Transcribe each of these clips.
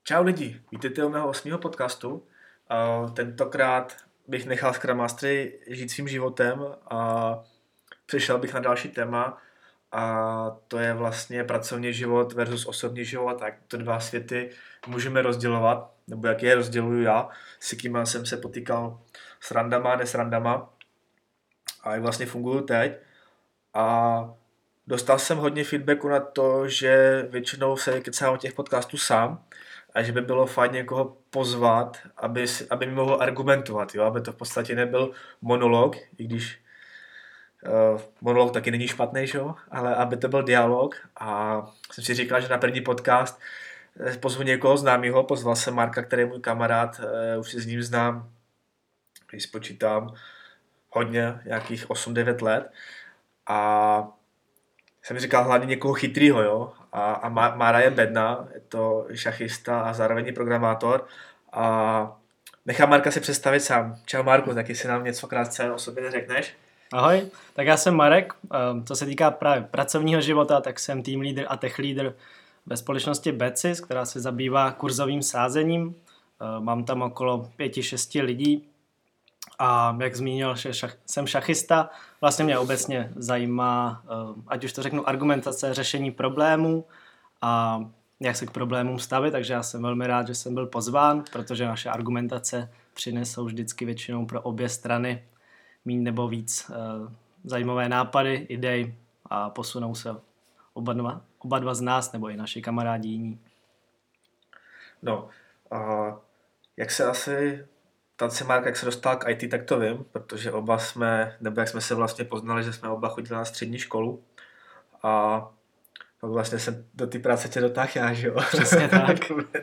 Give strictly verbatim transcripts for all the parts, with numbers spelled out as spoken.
Čau lidi, vítejte u mého osmého podcastu. Uh, tentokrát bych nechal Scrum Mastery žít svým životem a přišel bych na další téma a to je vlastně pracovní život versus osobní život. Tak to dva světy můžeme rozdělovat, nebo jak je rozděluju já, s jakýma jsem se potýkal s randama, nesrandama a jak vlastně funguju teď. A dostal jsem hodně feedbacku na to, že většinou se kecám o těch podcastů sám a že by bylo fajn někoho pozvat, aby, aby mi mohl argumentovat, jo? Aby to v podstatě nebyl monolog, i když uh, monolog taky není špatný, šo? Ale aby to byl dialog. A jsem si říkal, že na první podcast pozvu někoho známého, pozval jsem Marka, který je můj kamarád, uh, už si s ním znám, když spočítám, hodně, nějakých osm devět let. A jsem říkal hlavně někoho chytrýho, jo. A, a Mára je bedna, je to šachista a zároveň programátor. A nechám Marka si představit sám. Čau Marku, tak jestli nám něco krátce o sobě neřekneš. Ahoj, tak já jsem Marek. Co se týká právě pracovního života, tak jsem team leader a tech leader ve společnosti Becis, která se zabývá kurzovým sázením. Mám tam okolo pěti, šesti lidí. A jak zmínil, že šach, jsem šachista, vlastně mě obecně zajímá, ať už to řeknu, argumentace, řešení problémů a jak se k problémům stavit, takže já jsem velmi rád, že jsem byl pozván, protože naše argumentace přinesou vždycky většinou pro obě strany míň nebo víc zajímavé nápady, idej a posunou se oba dva, oba dva z nás nebo i naši kamarádi jiní. No, a jak se asi... Tance Mark, jak se dostal k í té, tak to vím, protože oba jsme, nebo jak jsme se vlastně poznali, že jsme oba chodili na střední školu a pak vlastně jsem do té práce tě dotáhl já, že jo? Přesně tak.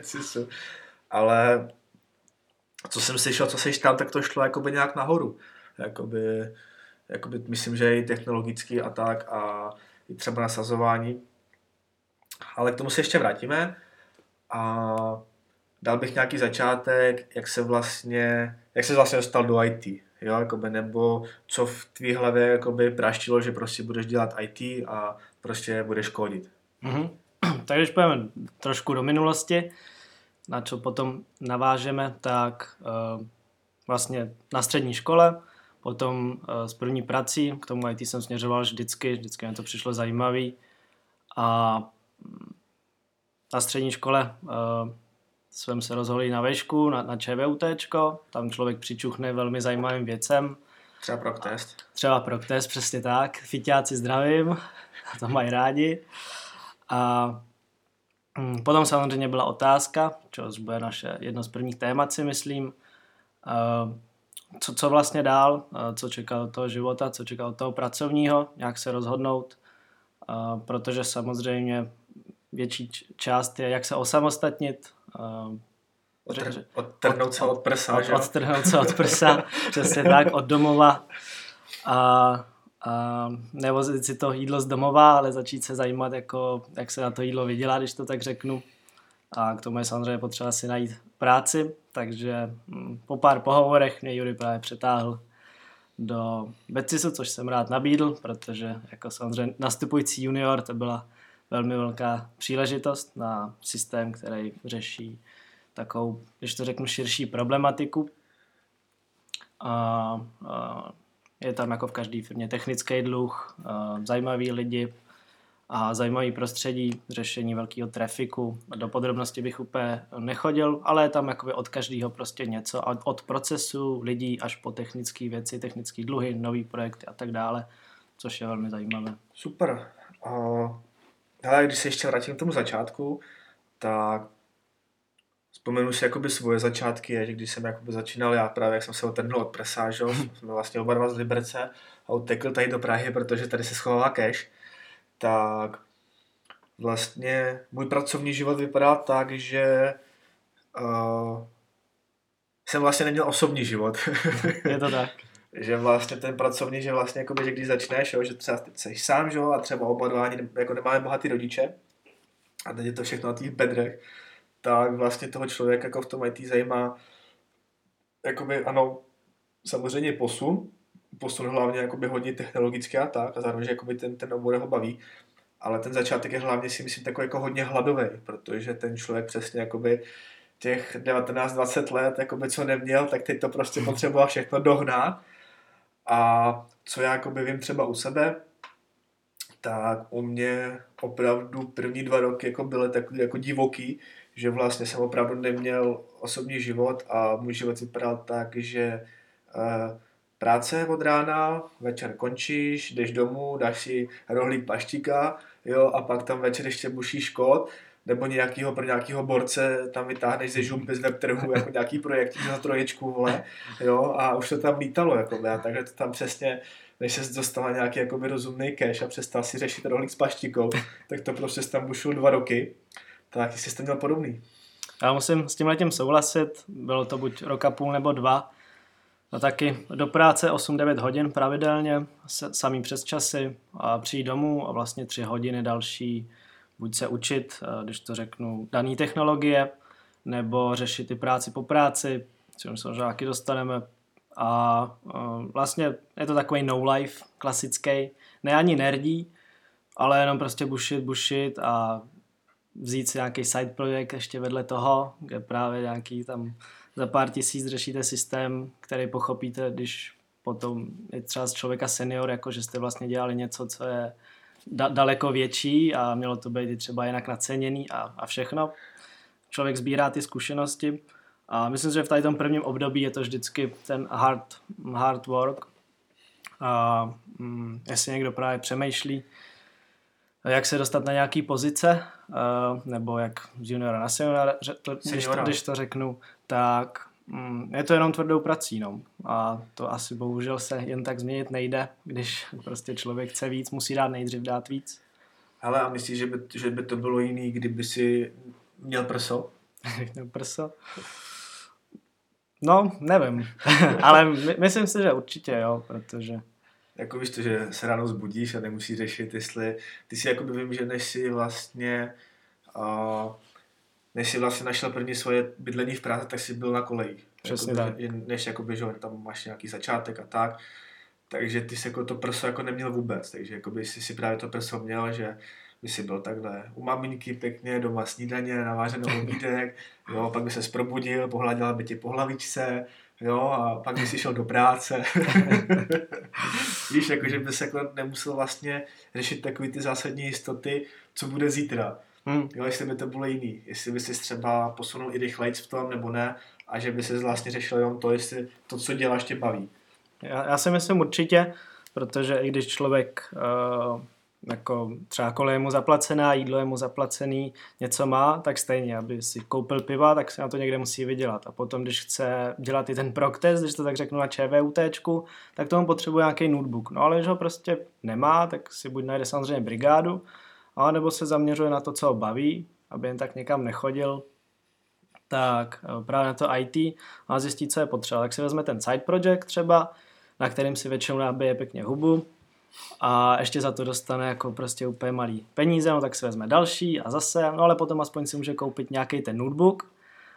Ale co jsem slyšel, co seš tam, tak to šlo jakoby nějak nahoru. Jakoby, jakoby myslím, že i technologicky a tak a i třeba nasazování. Ale k tomu se ještě vrátíme a dal bych nějaký začátek, jak se vlastně, jak se vlastně dostal do í té, jo, jakoby, nebo co v tvý hlavě jakoby praštilo, že prostě budeš dělat í té a prostě budeš kódit. Mm-hmm. Tak když půjdeme trošku do minulosti, na co potom navážeme, tak uh, vlastně na střední škole, potom uh, s první prací, k tomu í té jsem směřoval vždycky, vždycky mi to přišlo zajímavý a na střední škole uh, jsem se rozhodl na vešku, na, na ČVUTčko, tam člověk přičuchne velmi zajímavým věcem. Třeba proktest. Třeba proktest, přesně tak. Fiťáci zdravím, to mají rádi. A hm, potom samozřejmě byla otázka, což bude naše jedno z prvních témat, si myslím, uh, co, co vlastně dál, uh, co čeká od toho života, co čeká od toho pracovního, nějak se rozhodnout, uh, protože samozřejmě větší část je, jak se osamostatnit, Uh, Odtr- odtrhnout se od prsa, od, odtrhnout se od prsa, přesně tak, od domova a, a nevozit si to jídlo z domova, ale začít se zajímat, jako, jak se na to jídlo vydělá, když to tak řeknu. A k tomu je samozřejmě potřeba si najít práci, takže hm, po pár pohovorech mě Jury právě přetáhl do Becisu, což jsem rád nabídl, protože jako samozřejmě nastupující junior to byla velmi velká příležitost na systém, který řeší takovou, když to řeknu, širší problematiku. A, a je tam jako v každé firmě technický dluh, zajímaví lidi a zajímavý prostředí, řešení velkého trafiku. Do podrobnosti bych úplně nechodil, ale je tam jakoby od každého prostě něco, od procesu lidí až po technické věci, technické dluhy, nový projekty a tak dále, což je velmi zajímavé. Super. Uh... Ale když se ještě vrátím k tomu začátku, tak vzpomenu si jakoby svoje začátky, že když jsem jakoby začínal já právě, jak jsem se otrhnul od prsa, že? Jsme vlastně oba dva z Liberce a utekl tady do Prahy, protože tady se schovává cash, tak vlastně můj pracovní život vypadal tak, že uh, jsem vlastně neměl osobní život. Je to tak. Že vlastně ten pracovní, že vlastně jakoby, že když začneš, jo, že třeba teď jsi sám, že, a třeba oba dva ani jako nemáme bohatý rodiče a teď je to všechno na těch bedrech, tak vlastně toho člověka jako v tom í té zajímá jakoby, ano, samozřejmě posun, posun hlavně jakoby hodně technologický a tak a zároveň, že jakoby ten, ten obor ho baví, ale ten začátek je hlavně si myslím takový jako hodně hladový, protože ten člověk přesně jakoby těch devatenáct dvacet let, jakoby co neměl, tak teď to prostě potřeboval všechno dohnat. A co já jakoby vím třeba u sebe, tak u mě opravdu první dva roky jako byly takový jako divoký, že vlastně jsem opravdu neměl osobní život a můj život vypadal tak, že uh, práce od rána, večer končíš, jdeš domů, dáš si rohlík paštíka, jo, a pak tam večer ještě bušíš kód, nebo nějakýho pro nějakýho borce tam vytáhneš ze žumpy z webtrhu jako nějaký projekt za troječku, vole, jo, a už to tam lítalo, jako, a takže to tam přesně, než se dostala nějaký jakoby rozumný cash a přestal si řešit rohlík s paštikou, tak to prostě tam bušil dva roky, tak jsi to měl podobný. Já musím s tímhletím souhlasit, bylo to buď rok a půl nebo dva, a taky do práce osm devět hodin pravidelně, samý přes časy a přijít domů a vlastně tři hodiny další buď se učit, když to řeknu, daný technologie, nebo řešit ty práci po práci, čím se možná taky dostaneme. A vlastně je to takový no life klasický, ne ani nerdí, ale jenom prostě bušit, bušit a vzít si nějaký side projekt ještě vedle toho, kde právě nějaký tam za pár tisíc řešíte systém, který pochopíte, když potom je třeba z člověka senior, jako že jste vlastně dělali něco, co je da- daleko větší a mělo to být i třeba jinak naceněný a, a všechno. Člověk sbírá ty zkušenosti a myslím, že v tady tom prvním období je to vždycky ten hard, hard work. A mm, jestli někdo právě přemýšlí, jak se dostat na nějaký pozice, uh, nebo jak z juniora na seniora, to, když, to, když to řeknu, tak mm, je to jenom tvrdou prací. No. A to asi bohužel se jen tak změnit nejde, když prostě člověk chce víc, musí dát nejdřív dát víc. Ale a myslíš, že by, že by to bylo jiný, kdyby si měl prso? Měl prso? No, nevím. Ale my, myslím si, že určitě jo, protože jako víš to, že se ráno zbudíš a nemusíš řešit, jestli ty si jakoby vím, že než si vlastně uh, než si vlastně našel první svoje bydlení v Praze, tak si byl na kolejích. Přesně jakoby, tak. Že, než jakoby, že tam máš nějaký začátek a tak, takže ty jsi jako to prso jako neměl vůbec, takže jakoby jsi si právě to prso měl, že by si byl takhle u maminky pěkně, doma snídaně, naváženou obídek, jo, pak by se probudil, pohladila by ti po hlavičce, jo, a pak by si šel do práce. Víš, jako, že bys jako nemusel vlastně řešit takový ty zásadní jistoty, co bude zítra. Hmm. Jo, jestli by to bylo jiný, jestli by si třeba posunul i rychlejc v tom, nebo ne, a že by si vlastně řešil jenom to, jestli to, co děláš, tě baví. Já, já si myslím určitě, protože i když člověk uh, jako třeba kolej je mu zaplacená, jídlo je mu zaplacený, něco má, tak stejně, aby si koupil piva, tak se na to někde musí vydělat. A potom, když chce dělat i ten prok test, když to tak řeknu na ČVUTčku, tak tomu potřebuje nějaký notebook. No ale když ho prostě nemá, tak si buď najde samozřejmě brigádu, a nebo se zaměřuje na to, co ho baví, aby jen tak někam nechodil, tak právě na to í té a zjistí, co je potřeba. Tak si vezme ten side project třeba, na kterým si většinou nabije pěkně hubu a ještě za to dostane jako prostě úplně malý peníze, no tak si vezme další a zase, no ale potom aspoň si může koupit nějaký ten notebook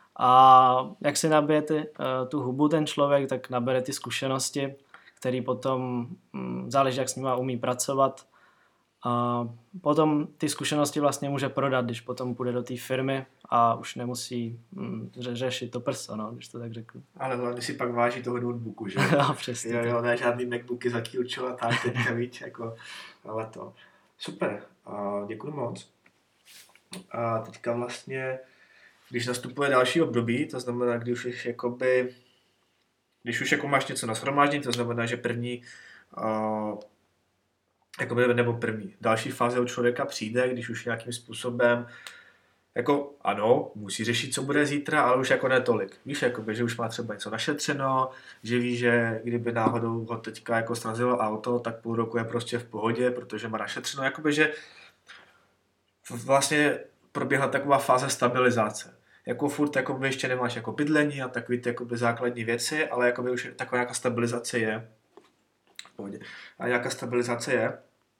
a jak si nabije ty, tu hubu ten člověk, tak nabere ty zkušenosti, který potom hm, záleží, jak s nima umí pracovat. A potom ty zkušenosti vlastně může prodat, když potom půjde do té firmy a už nemusí mm, řešit to prso, no, když to tak řeknu. Ale hlavně si pak váží toho notebooku, že? Jo, přesně. Jo, jo, ne žádný MacBooky za kýlčo a tak, teďka víc, jako, ale to. Super, a děkuji moc. A teďka vlastně, když nastupuje další období, to znamená, když už jakoby, když už jako máš něco na shromáždění, to znamená, že první uh, jakoby, nebo první. Další fáze od člověka přijde, když už nějakým způsobem, jako ano, musí řešit, co bude zítra, ale už jako netolik. Víš, jakoby, že už má třeba něco našetřeno, že ví, že kdyby náhodou ho teďka jako srazilo auto, tak půl roku je prostě v pohodě, protože má našetřeno. Jakoby, že vlastně proběhla taková fáze stabilizace. Jako furt jakoby, ještě nemáš jako bydlení a takový ty jakoby, základní věci, ale jakoby, už taková nějaká stabilizace je. V pohodě. A nějaká stabilizace je.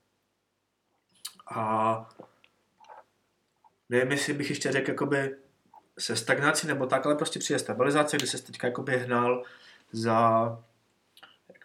A nevím, jestli bych ještě řekl jakoby se stagnací nebo tak, ale prostě přijde stabilizace, kdy se teďka jakoby hnal za,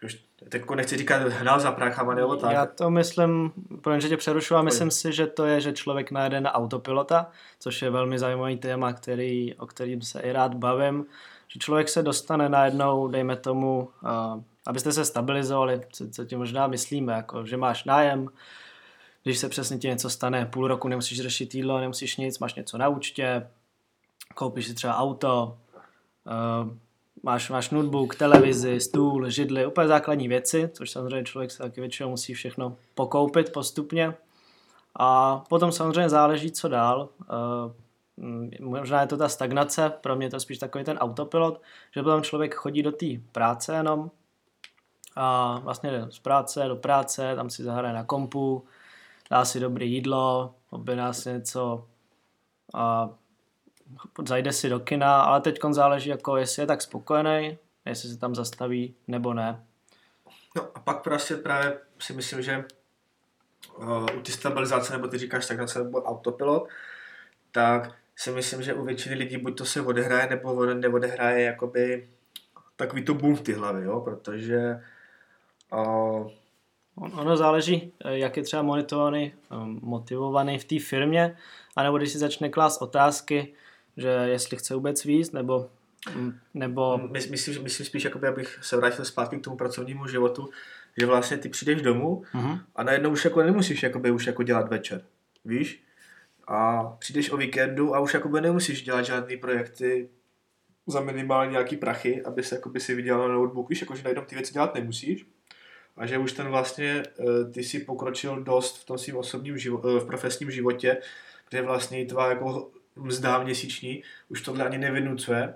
teď nechci říkat hnal za prachama nebo tak. Já to myslím, protože tě přerušuju, a myslím si, že to je, že člověk najede na autopilota, což je velmi zajímavý téma, který, o kterým se i rád bavím, že člověk se dostane najednou, dejme tomu, uh, abyste se stabilizovali, co, co ti možná myslíme, jako, že máš nájem, když se přesně ti něco stane, půl roku nemusíš řešit jídlo, nemusíš nic, máš něco na účtě, koupíš si třeba auto, uh, máš, máš notebook, televizi, stůl, židli, úplně základní věci, což samozřejmě člověk se taky většinou musí všechno pokoupit postupně. A potom samozřejmě záleží, co dál. Uh, možná je to ta stagnace, pro mě je to spíš takový ten autopilot, že potom člověk chodí do té práce jenom a vlastně jde z práce do práce, tam si zahraje na kompu, dá si dobré jídlo, objedná si něco a zajde si do kina, ale teď záleží, jako jestli je tak spokojený, jestli se tam zastaví nebo ne. No a pak prostě právě si myslím, že uh, u ty stabilizace, nebo ty říkáš stagnace nebo autopilot, tak si myslím, že u většiny lidí buď to se odehraje, nebo neodehraje jakoby takový to boom v ty hlavy, jo, protože uh, ono záleží, jak je třeba monitorovaný, motivovaný v té firmě, anebo když si začne klást otázky, že jestli chce vůbec víc, nebo... nebo... My, myslím, myslím spíš, jakoby, abych se vrátil zpátky k tomu pracovnímu životu, že vlastně ty přijdeš domů uh-huh. a najednou už jako nemusíš jakoby, už jako dělat večer, víš? A přijdeš o víkendu a už jakoby nemusíš dělat žádný projekty za minimálně nějaký prachy, aby se jakoby, si vydělal na notebook, víš, jakože najednou ty věci dělat nemusíš. A že už ten vlastně, ty si pokročil dost v tom svým osobním životě, v profesním životě, kde vlastně tvá jako mzda měsíční už tohle ani nevynucuje.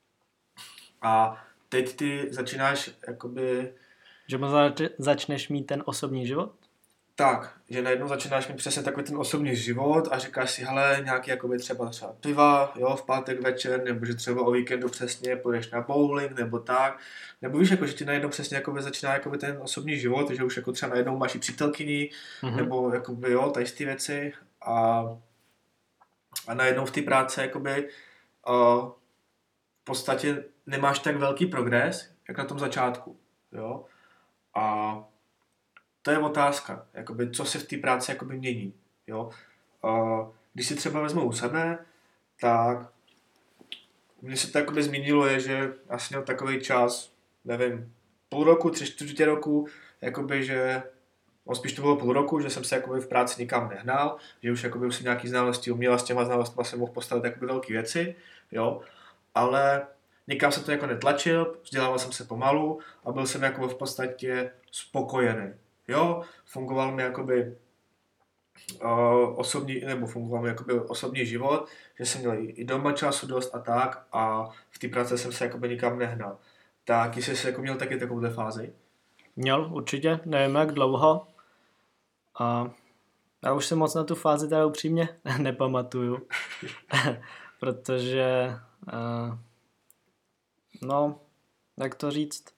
A teď ty začínáš jakoby... Že začneš mít ten osobní život? Tak, že najednou začínáš mít přesně takový ten osobní život a říkáš si, hele, nějaký jakoby třeba třeba piva, jo, v pátek večer, nebo že třeba o víkendu přesně půjdeš na bowling, nebo tak. Nebo víš, jako, že ti najednou přesně jakoby začíná jakoby ten osobní život, že už jako třeba najednou máš i přítelkyni, mm-hmm. nebo jakoby, jo, tady ty věci a, a najednou v té práci jakoby uh, v podstatě nemáš tak velký progres, jak na tom začátku, jo. A to je otázka, jakoby, co se v té práci jakoby mění. Jo? Uh, když si třeba vezmu u sebe, tak mně se to jakoby změnilo je, že já jsem měl takový čas, nevím, půl roku, tři čtvrtě roku, jakoby, že no, spíš to bylo půl roku, že jsem se jakoby v práci nikam nehnal, že už jakoby už jsem nějaký znalosti uměl a s těma znalostmi jsem mohl postavit jakoby velké věci, jo? Ale nikam jsem to jako netlačil, vzdělával jsem se pomalu a byl jsem jako v podstatě spokojený. Jo, fungoval mi jakoby uh, osobní, nebo fungoval mi jakoby osobní život, že jsem měl i doma času dost a tak a v té práci jsem se jakoby nikam nehnal. Tak jestli jsi jako měl taky takovouhle fázi? Měl určitě, nevím jak dlouho. A já už se moc na tu fázi teda upřímně nepamatuju, protože uh, no, jak to říct?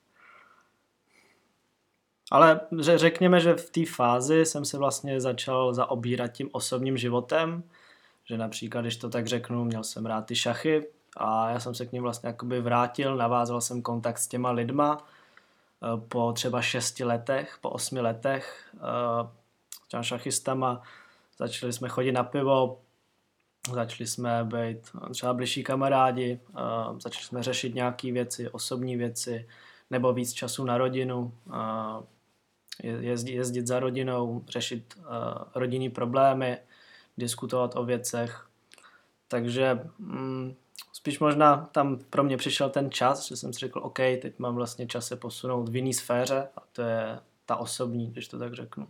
Ale řekněme, že v té fázi jsem se vlastně začal zaobírat tím osobním životem, že například, když to tak řeknu, měl jsem rád ty šachy a já jsem se k ním vlastně jakoby vrátil, navázal jsem kontakt s těma lidma po třeba šesti letech, po osmi letech s těma šachistama, začali jsme chodit na pivo, začali jsme být třeba bližší kamarádi, začali jsme řešit nějaké věci, osobní věci, nebo víc času na rodinu, jezdit, jezdit za rodinou, řešit uh, rodinný problémy, diskutovat o věcech. Takže mm, spíš možná tam pro mě přišel ten čas, že jsem si řekl, OK, teď mám vlastně čas se posunout v jiný sféře a to je ta osobní, když to tak řeknu.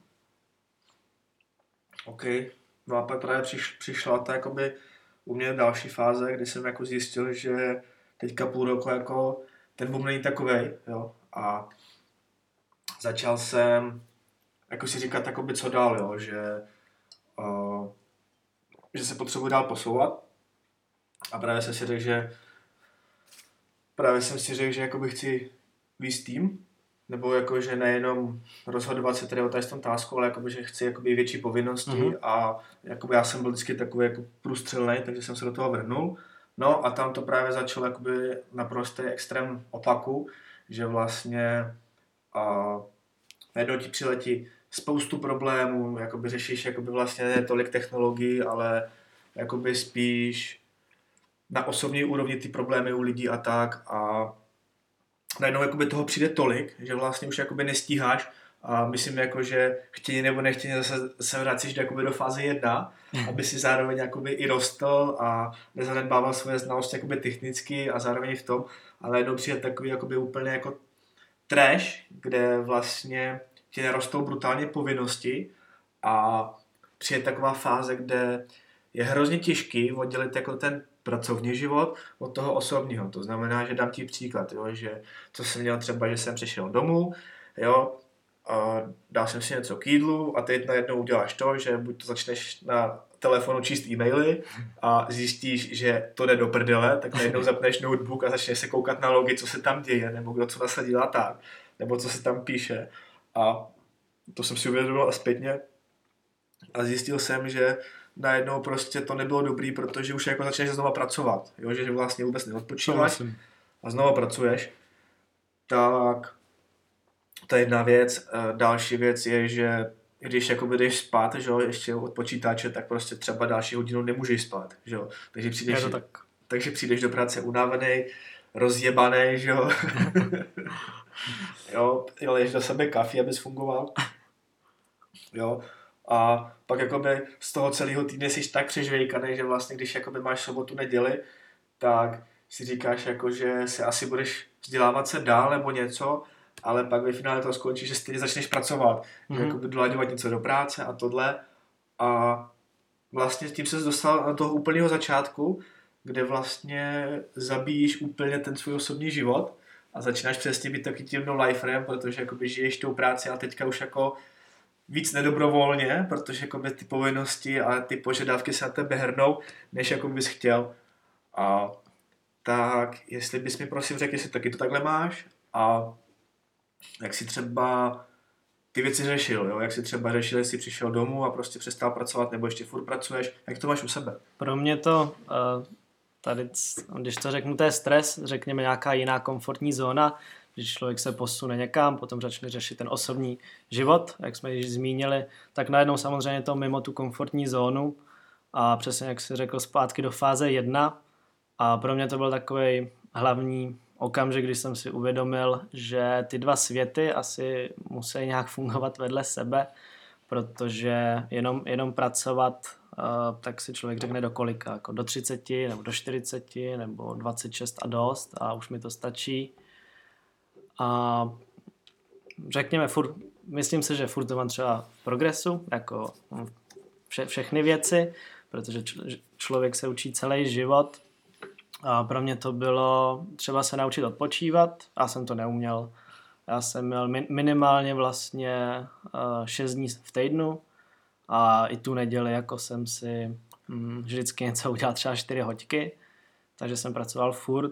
OK. No a pak právě přiš, přišla ta jakoby u mě další fáze, kdy jsem jako zjistil, že teďka půl roku jako ten boom není takovej, jo, a začal jsem jako si říkat takoby co dál, jo, že, uh, že se potřebuji dál posouvat a právě jsem si řekl, že právě jsem si řekl, že jakoby chci víc tým, nebo jako, že nejenom rozhodovat se tedy o tady tom tásku, ale jakoby, že chci jakoby větší povinnosti mm-hmm. a jakoby já jsem byl vždycky takový jako průstřelnej, takže jsem se do toho vrhnul. No a tam to právě začalo jakoby naprostý extrém opaku, že vlastně a najednou ti přiletí spoustu problémů, jakoby řešíš jakoby vlastně ne tolik technologií, ale jakoby spíš na osobní úrovni ty problémy u lidí a tak a najednou jakoby toho přijde tolik, že vlastně už jakoby nestíháš a myslím jako, že chtění nebo nechtění zase se vracíš jakoby do fáze jedna, aby si zároveň jakoby i rostl a nezanedbával svoje znalosti jakoby technicky a zároveň v tom, ale najednou přijde takový jakoby úplně jako trash, kde vlastně ti nerostou brutálně povinnosti a přijde taková fáze, kde je hrozně těžký oddělit jako ten pracovní život od toho osobního. To znamená, že dám ti příklad, jo, že co jsem měl třeba, že jsem přišel domů, jo, a dal jsem si něco k jídlu a teď najednou uděláš to, že buď to začneš na telefonu číst e-maily a zjistíš, že to jde do prdele, tak najednou zapneš notebook a začneš se koukat na logy, co se tam děje, nebo kdo co nasadil a tak, nebo co se tam píše. A to jsem si uvědomil a zpětně a zjistil jsem, že najednou prostě to nebylo dobrý, protože už jako začneš znova pracovat, jo? Že vlastně vůbec neodpočíváš a znova pracuješ, tak to je jedna věc. Další věc je, že když jakoby jdeš spát, že jo, ještě od počítače, tak prostě třeba další hodinu nemůžeš spát, že jo. Takže přijdeš, tak. takže přijdeš do práce unavený, rozjebaný, že jo. Jo, leješ do sebe kafe, abys fungoval. Jo. A pak jakoby z toho celého týdne jsi tak přežvejkaný, že vlastně když jakoby máš sobotu, neděli, tak si říkáš jako, že se asi budeš vzdělávat se dál nebo něco, ale pak ve finále to skončí, že stejně začneš pracovat, mm-hmm. že jakoby dolaďovat něco do práce a tohle. A vlastně tím se dostal na toho úplného začátku, kde vlastně zabíjíš úplně ten svůj osobní život a začínáš přesně být taky tím no liferem, protože jakoby žiješ tou práci a teďka už jako víc nedobrovolně, protože jakoby ty povinnosti a ty požadavky se na tebe hrnou, než jako bys chtěl. A tak, jestli bys mi prosím řekl, jestli taky to takhle máš a jak si třeba ty věci řešil, jo? Jak si třeba řešil, jestli přišel domů a prostě přestal pracovat, nebo ještě furt pracuješ, jak to máš u sebe? Pro mě to, tady, když to řeknu, to je stres, řekněme nějaká jiná komfortní zóna, když člověk se posune někam, potom začne řešit ten osobní život, jak jsme již zmínili, tak najednou samozřejmě to mimo tu komfortní zónu a přesně jak jsi řekl, zpátky do fáze jedna a pro mě to byl takový hlavní okamžik, když jsem si uvědomil, že ty dva světy asi musí nějak fungovat vedle sebe, protože jenom, jenom pracovat, uh, tak si člověk řekne do kolika, jako do třiceti, nebo do čtyřiceti, nebo dvacet šest a dost a už mi to stačí. A řekněme, furt, myslím si, že furt to mám třeba v progresu, jako vše, všechny věci, protože č- člověk se učí celý život. A pro mě to bylo třeba se naučit odpočívat, já jsem to neuměl. Já jsem měl min- minimálně vlastně uh, šest dní v týdnu a i tu neděli jako jsem si hm, vždycky něco udělal třeba čtyři hoďky, takže jsem pracoval furt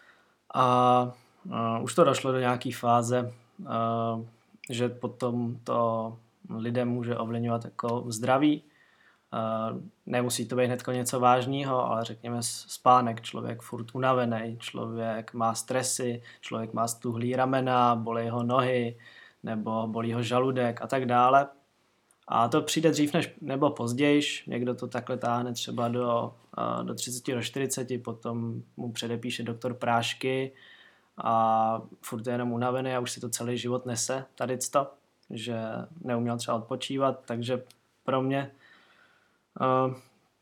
a uh, už to došlo do nějaký fáze, uh, že potom to lidem může ovlivňovat jako zdraví. Uh, nemusí to být hnedko něco vážného, ale řekněme spánek, člověk furt unavený, člověk má stresy, člověk má stuhlý ramena, bolí ho nohy, nebo bolí ho žaludek a tak dále. A to přijde dřív než, nebo později, někdo to takhle táhne třeba do, uh, do třicet, do čtyřiceti, potom mu předepíše doktor prášky a furt je jenom unavený a už si to celý život nese tady to, že neuměl třeba odpočívat, takže pro mě Uh,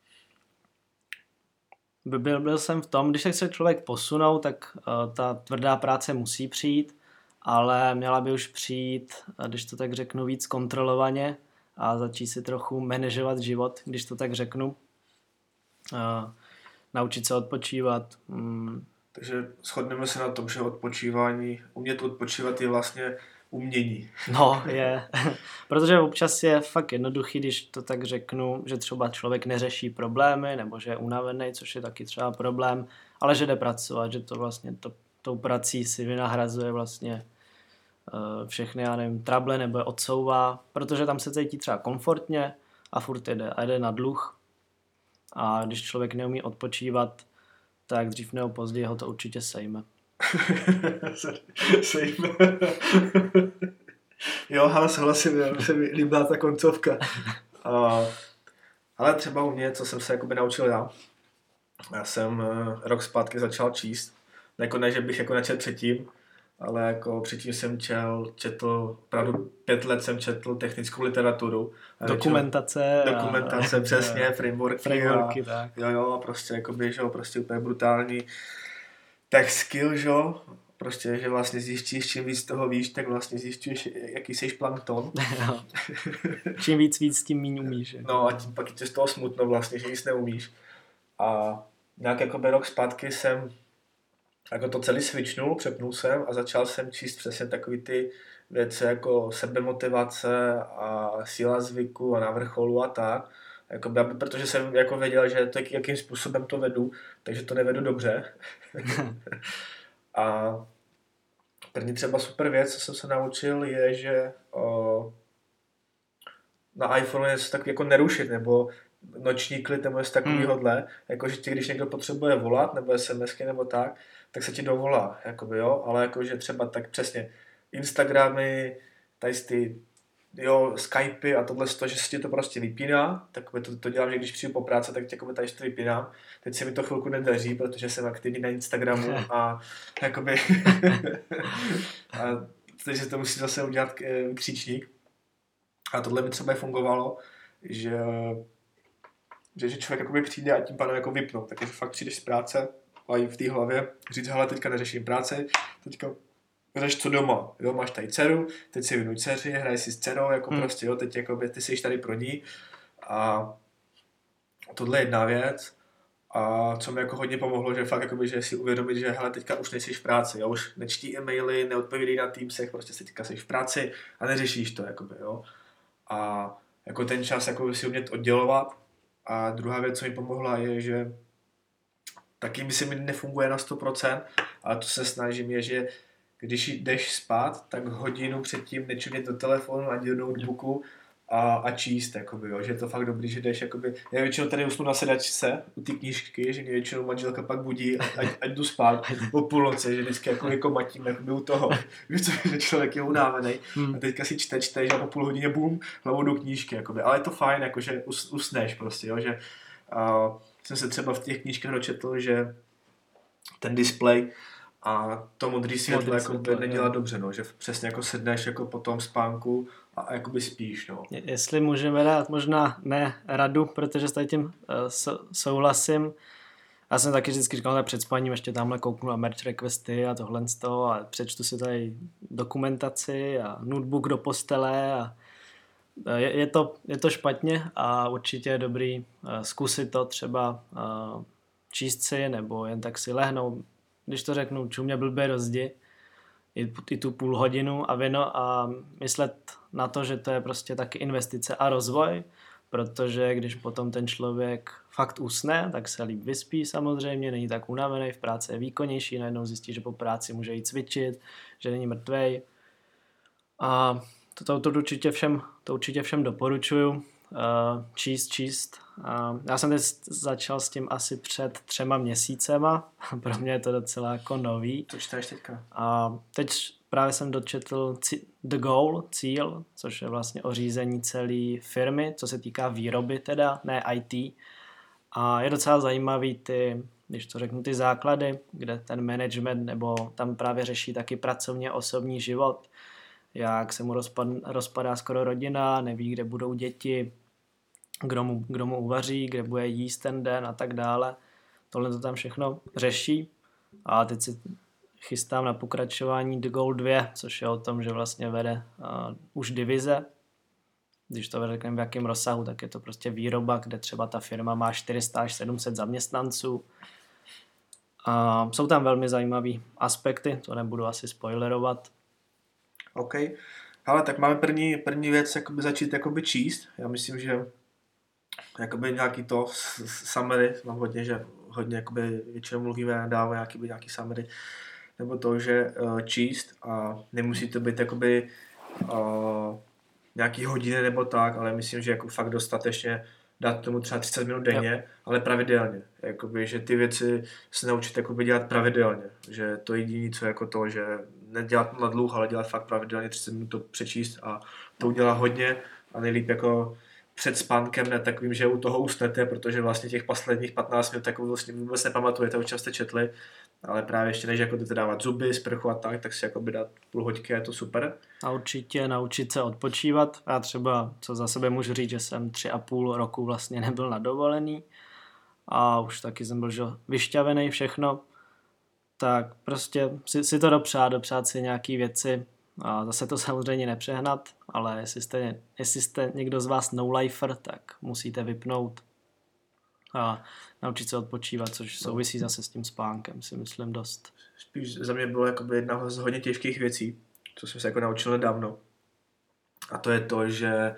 byl, byl jsem v tom, když se chce člověk posunout, tak uh, ta tvrdá práce musí přijít, ale měla by už přijít, když to tak řeknu, víc kontrolovaně a začít si trochu manažovat život, když to tak řeknu. Uh, naučit se odpočívat. Um, Takže shodneme se na tom, že odpočívání, umět odpočívat je vlastně umění. No, je. Protože občas je fakt jednoduchý, když to tak řeknu, že třeba člověk neřeší problémy, nebo že je unavený, což je taky třeba problém, ale že jde pracovat, že to vlastně to, tou prací si vynahrazuje vlastně uh, všechny, já nevím, trable nebo je odsouvá, protože tam se cítí třeba komfortně a furt jde a jde na dluh. A když člověk neumí odpočívat, tak dřív nebo později ho to určitě sejme. Jo, ale souhlasím, já se mi líbila ta koncovka. Uh, ale třeba u mě, co jsem se jakoby naučil já, já jsem uh, rok zpátky začal číst, jako ne, že bych jako nečetl předtím, ale jako předtím jsem čel, četl, opravdu pět let jsem četl technickou literaturu. Dokumentace. Čel, dokumentace, a, přesně, a, frameworky. Frameworky, a, tak. Jo, jo, prostě jakoby, že jo, prostě úplně brutální tech skill, že jo, prostě, že vlastně zjistíš, čím víc toho víš, tak vlastně zjistíš, jaký jsi plankton. Čím víc víc, tím míň umíš. No a tím pak je z toho smutno vlastně, že nic neumíš. A nějak jako rok zpátky jsem jako to celý switchnul, přepnul jsem a začal jsem číst přesně takový ty věci jako sebemotivace a síla zvyku a na vrcholu a tak. Jakoby, protože jsem jako věděl, že to, jakým způsobem to vedu, takže to nevedu dobře. A první třeba super věc, co jsem se naučil, je, že o, na iPhone je tak jako nerušit, nebo noční klid, nebo něco takovýhodle, hmm. jakože ti, když někdo potřebuje volat, nebo SMSky, nebo tak, tak se ti dovolá, jakoby, jo, ale jakože třeba tak přesně Instagramy, tady ty, jo, Skypey a tohle, to, že se ti to prostě vypíná, tak to, to dělám, že když přijdu po práci, tak jakoby tady to vypínám. Teď se mi to chvilku nedaří, protože jsem aktivní na Instagramu a jakoby a takže to musí zase udělat kříčník. A tohle mi třeba fungovalo, že, že, že člověk jakoby přijde a tím pádem jako vypnout. Takže fakt přijdeš z práce a v té hlavě říct, hele, teďka neřeším práci, teďka řeš co doma, jo, máš tady dceru, teď si věnuj dceři, hraj si s dcerou, jako hmm. prostě, jo, teď jakoby, ty jsi tady pro ní a tohle je jedna věc a co mi jako hodně pomohlo, že fakt jakoby, že si uvědomit, že hele, teďka už nejsi v práci, jo, už nečtí e-maily, neodpovídej na Teamsech, prostě si teďka jsi v práci a neřešíš to, jakoby, jo. A jako ten čas jako si umět oddělovat. A druhá věc, co mi pomohla, je, že taky mi si mi nefunguje na sto procent, ale to se snažím, je, že když jdeš spát, tak hodinu předtím nečumět do telefonu ani do notebooku a, a číst, jakoby, jo, že je to fakt dobrý, že jdeš, jakoby, já většinou tady usnu na sedačce u ty knížky, že mě většinou manželka pak budí, ať, ať jdu spát o půlnoci, že vždycky jako, jako matím jakoby u toho, že člověk je unávený a teďka si čte, čte, že po půl hodině bum, hlavou do knížky, jakoby, ale je to fajn, jakože us, usneš prostě, jo, že uh, jsem se třeba v těch knížkách dočetl, že ten display a to modrý světlo jako světlo, nedělá jo. dobře, no, že přesně jako sedneš jako po tom spánku a, a jakoby spíš, no. Jestli můžeme dát možná ne radu, protože s tím uh, souhlasím. Já jsem taky vždycky říkal, že před spaním ještě tamhle kouknu na merge requesty a tohle z toho a přečtu si tady dokumentaci a notebook do postele a je, je, to, je to špatně a určitě je dobrý uh, zkusit to třeba uh, číst si nebo jen tak si lehnout, když to řeknu, čumě blbě do zdi, i, i tu půl hodinu a vino a myslet na to, že to je prostě taky investice a rozvoj, protože když potom ten člověk fakt usne, tak se líp vyspí samozřejmě, není tak unavený, v práci je výkonnější, najednou zjistí, že po práci může jít cvičit, že není mrtvej. A to, to, to, určitě, všem, to určitě všem doporučuju. Uh, číst, číst. Uh, já jsem teď začal s tím asi před třema měsícema. Pro mě je to docela jako nový. To čteš teďka? A teď právě jsem dočetl The Goal, cíl, což je vlastně o řízení celé firmy, co se týká výroby teda, ne í té. A je docela zajímavý ty, když to řeknu, ty základy, kde ten management nebo tam právě řeší taky pracovně osobní život, jak se mu rozpad, rozpadá skoro rodina, neví, kde budou děti, kdo mu, kdo mu uvaří, kde bude jíst ten den a tak dále. Tohle to tam všechno řeší. A teď si chystám na pokračování The Goal dva, což je o tom, že vlastně vede uh, už divize. Když to řekneme v jakém rozsahu, tak je to prostě výroba, kde třeba ta firma má čtyři sta až sedm set zaměstnanců. A jsou tam velmi zajímavé aspekty, to nebudu asi spoilerovat. OK. Ale tak máme první, první věc, jakoby začít jakoby číst. Já myslím, že jakoby nějaký to summary, mám hodně, že hodně jakoby většinou mluvíme, dáváme nějaký, nějaký summary, nebo to, že uh, číst a nemusí to být jakoby uh, nějaký hodiny nebo tak, ale myslím, že jako fakt dostatečně dát tomu třeba třicet minut denně, jo. ale pravidelně. Jakoby, že ty věci se naučit jakoby dělat pravidelně. Že to jediné, co jako to, že nedělat na dlouho, ale dělat fakt pravidelně třicet minut to přečíst a to udělá hodně a nejlíp jako před spánkem, ne takovým, že u toho usnete, protože vlastně těch posledních patnáct minut jako vlastně vůbec nepamatujete, o čem jste četli, ale právě ještě než jako jdete dávat zuby, sprchu a tak, tak si jako by dát půl hoďky, je to super. A určitě naučit se odpočívat. Já třeba, co za sebe můžu říct, že jsem tři a půl roku vlastně nebyl na dovolený a už taky jsem byl že, vyšťavený všechno, tak prostě si, si to dopřát, dopřát si nějaký věci a zase to samozřejmě nepřehnat, ale jestli jste, jestli jste někdo z vás no-lifer, tak musíte vypnout a naučit se odpočívat, což souvisí zase s tím spánkem, si myslím dost. Spíš za mě bylo jakoby jedna z hodně těžkých věcí, co jsem se jako naučil nedávno. A to je to, že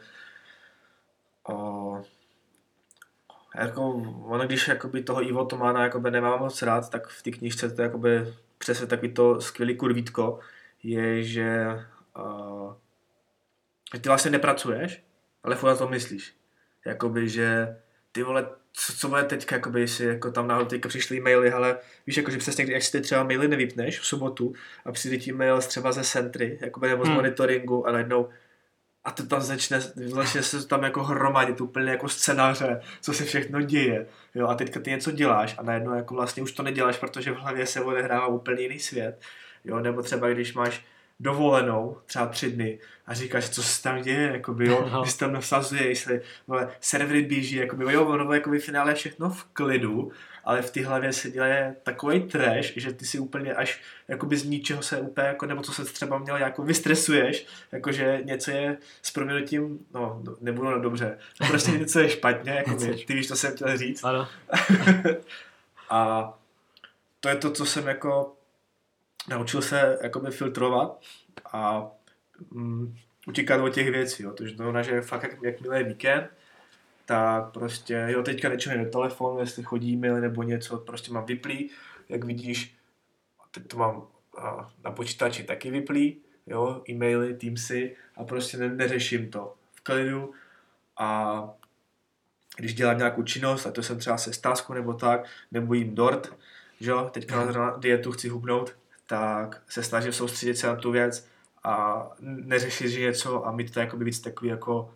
o, jako, ono, když jakoby toho Ivo Tomána jakoby nemám moc rád, tak v té knížce to jakoby přesně takový to skvělý kurvítko je, že, o, že ty vlastně nepracuješ, ale furt na to myslíš. Jakoby, že ty vole, co, co bude teďka, jakoby, jestli jako tam náhodou teďka přišly maily, ale víš, jako, že přesně, jak si ty třeba maily nevypneš v sobotu a přijde ti mail třeba ze Sentry, jakoby, nebo z hmm. monitoringu a najednou a to tam začne, začne se tam jako hromadit úplně jako scénáře, co se všechno děje, jo, a teďka ty něco děláš a najednou jako vlastně už to neděláš, protože v hlavě se odehrává úplně jiný svět, jo, nebo třeba když máš dovolenou, třeba tři dny a říkáš, co se tam děje, jakoby, jo, no. Když tam nasazuje, jestli vole, servery běží, jakoby, jo, ono jakoby v finále všechno v klidu, ale v té hlavě se děje takový trash, že ty si úplně až jakoby z ničeho se úplně, jako, nebo co se třeba měl, jako vystresuješ, jakože něco je s proměnutím, no, nebudu no, dobře, no, prostě něco je špatně, jakoby, ty víš, to jsem chtěl říct. Ano. A to je to, co jsem jako naučil se jakoby filtrovat a mm, utíkat od těch věcí, jo. To znamená, že fakt jak, jakmile je víkend, tak prostě, jo, teďka nečím do telefonu, jestli chodí e-maily nebo něco, prostě mám vyplý, jak vidíš, teď to mám a, na počítači taky vyplý, jo, e-maily, Teamsy a prostě ne, neřeším to v klidu a když dělám nějakou činnost, a to jsem třeba se stásku nebo tak, nebo jím dort, že jo, teďka na dietu chci hubnout, tak se snažím soustředit se na tu věc a neřešit že něco a mít to jakoby víc takový jako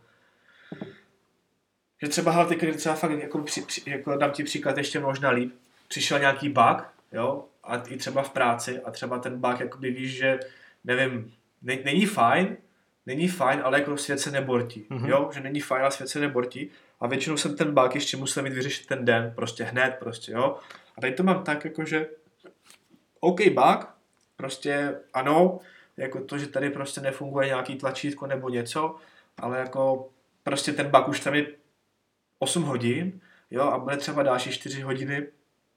že třeba hele, teď třeba fakt jako, při, při, jako dám ti příklad ještě možná líp, přišel nějaký bug, jo, a i třeba v práci a třeba ten bug jakoby víš, že nevím, ne, není fajn, není fajn, ale jako svět se nebortí, mm-hmm. jo, že není fajn, ale svět se nebortí a většinou jsem ten bug ještě musel mít vyřešit ten den, prostě hned, prostě, jo, a tady to mám tak jako, že OK bug, prostě ano, jako to, že tady prostě nefunguje nějaký tlačítko nebo něco, ale jako prostě ten bug už tam je osm hodin, jo, a bude třeba další čtyři hodiny,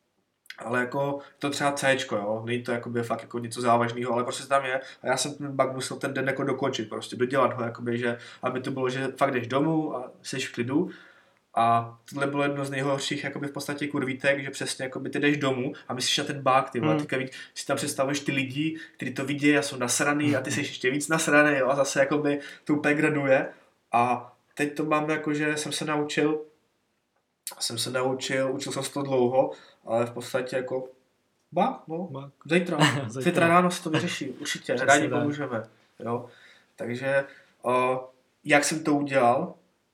ale jako to třeba Cčko, jo, není to jakoby fakt jako něco závažného, ale prostě tam je a já jsem ten bug musel ten den jako dokončit, prostě dodělat ho, jakoby, že aby to bylo, že fakt jdeš domů a jsi v klidu. A tohle bylo jedno z nejhorších jakoby v podstatě kurvítek, že přesně jakoby ty jdeš domů a myslíš na ten bug, ty vole, hmm. teďka vid, si tam představuješ ty lidi, kteří to vidí a jsou nasraný a ty jsi ještě víc nasraný, jo, a zase jakoby to úplně graduje a teď to mám jako, že jsem se naučil jsem se naučil, učil jsem se to dlouho, ale v podstatě jako ba, no, ba. zítra, zítra ráno se to vyřeší, určitě, rádi pomůžeme, jo, takže uh, jak jsem to udělal,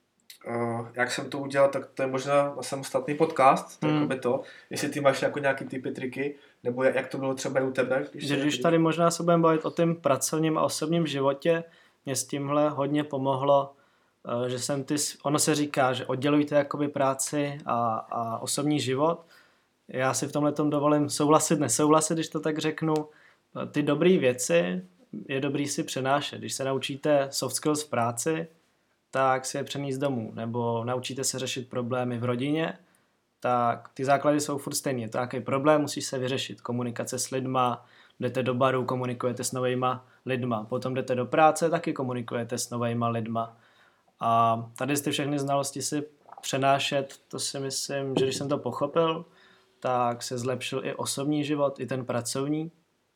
Uh, jak jsem to udělal, tak to je možná na samostatný podcast, hmm. tak to, jestli ty máš jako nějaký typy, triky, nebo jak, jak to bylo třeba u tebe. Když, když tady možná se budeme bavit o tom pracovním a osobním životě, mě s tímhle hodně pomohlo, uh, že jsem ty, ono se říká, že oddělujte jakoby práci a, a osobní život. Já si v tomhletom dovolím souhlasit, nesouhlasit, když to tak řeknu. Ty dobré věci je dobrý si přenášet. Když se naučíte soft skills v práci, tak si je přenést domů, nebo naučíte se řešit problémy v rodině, tak ty základy jsou furt stejný. To nějaký problém, musíš se vyřešit. Komunikace s lidma, jdete do baru, komunikujete s novejma lidma. Potom jdete do práce, taky komunikujete s novejma lidma. A tady ty všechny znalosti si přenášet, to si myslím, že když jsem to pochopil, tak se zlepšil i osobní život, i ten pracovní.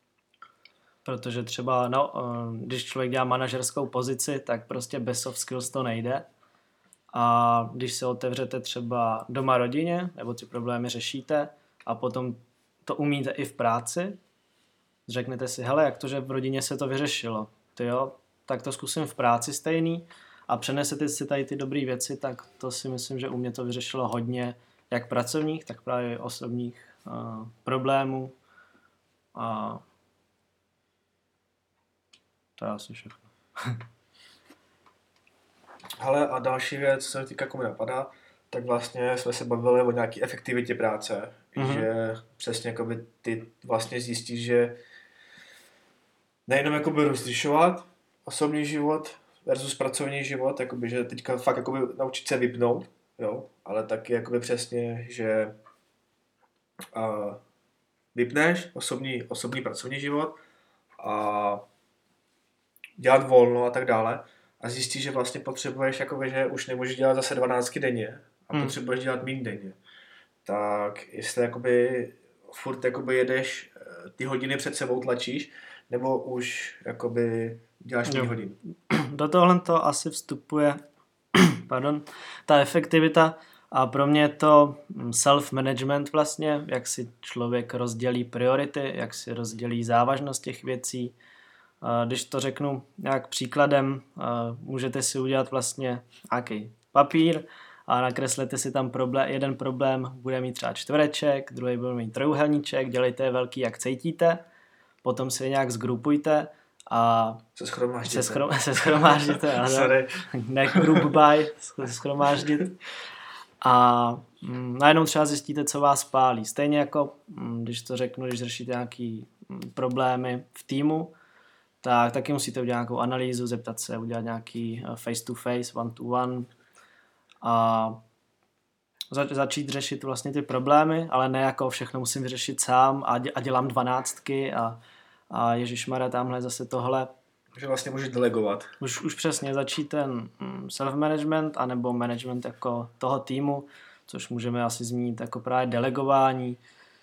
Protože třeba, no, když člověk dělá manažerskou pozici, tak prostě bez soft skills to nejde. A když se otevřete třeba doma rodině, nebo ty problémy řešíte a potom to umíte i v práci, řeknete si, hele, jak to, že v rodině se to vyřešilo, ty jo, tak to zkusím v práci stejný a přenesete si tady ty dobré věci, tak to si myslím, že u mě to vyřešilo hodně jak pracovních, tak právě osobních uh, problémů a to je asi všechno. Hele, a další věc, co se týká komu napadá, tak vlastně jsme se bavili o nějaké efektivitě práce, mm-hmm. že přesně jakoby ty vlastně zjistíš, že nejenom jakoby rozlišovat osobní život versus pracovní život, jakoby, že teďka fakt jakoby naučit se vypnout, jo, ale taky jakoby přesně, že uh, vypneš osobní, osobní pracovní život a dělat volno a tak dále a zjistíš, že vlastně potřebuješ, jakoby, že už nemůžeš dělat zase dvanáctky denně a hmm. potřebuješ dělat méně denně. Tak jestli jakoby furt jakoby jedeš, ty hodiny před sebou tlačíš, nebo už jakoby děláš méně hodin. Do tohle to asi vstupuje pardon, ta efektivita a pro mě je to self-management vlastně, jak si člověk rozdělí priority, jak si rozdělí závažnost těch věcí. Když to řeknu nějak příkladem, můžete si udělat vlastně nějaký papír a nakreslete si tam problém, jeden problém bude mít třeba čtvereček, druhý bude mít trojuhelníček, dělejte je velký, jak cítíte, potom si je nějak zgrupujte a se schromáždíte. Se, schrom, se schromáždíte, ano. Sorry. Ne group buy, se schromáždit. A mm, najednou třeba zjistíte, co vás pálí. Stejně jako, mm, když to řeknu, když řešíte nějaký mm, problémy v týmu, tak taky musíte udělat nějakou analýzu, zeptat se, udělat nějaký face to face, one to one a zač- začít řešit vlastně ty problémy, ale ne jako všechno musím vyřešit sám a, dě- a dělám dvanáctky a, a ježišmarja, tamhle zase tohle. Že vlastně můžeš delegovat. Už, už přesně začít ten self-management anebo management jako toho týmu, což můžeme asi zmínit jako právě delegování,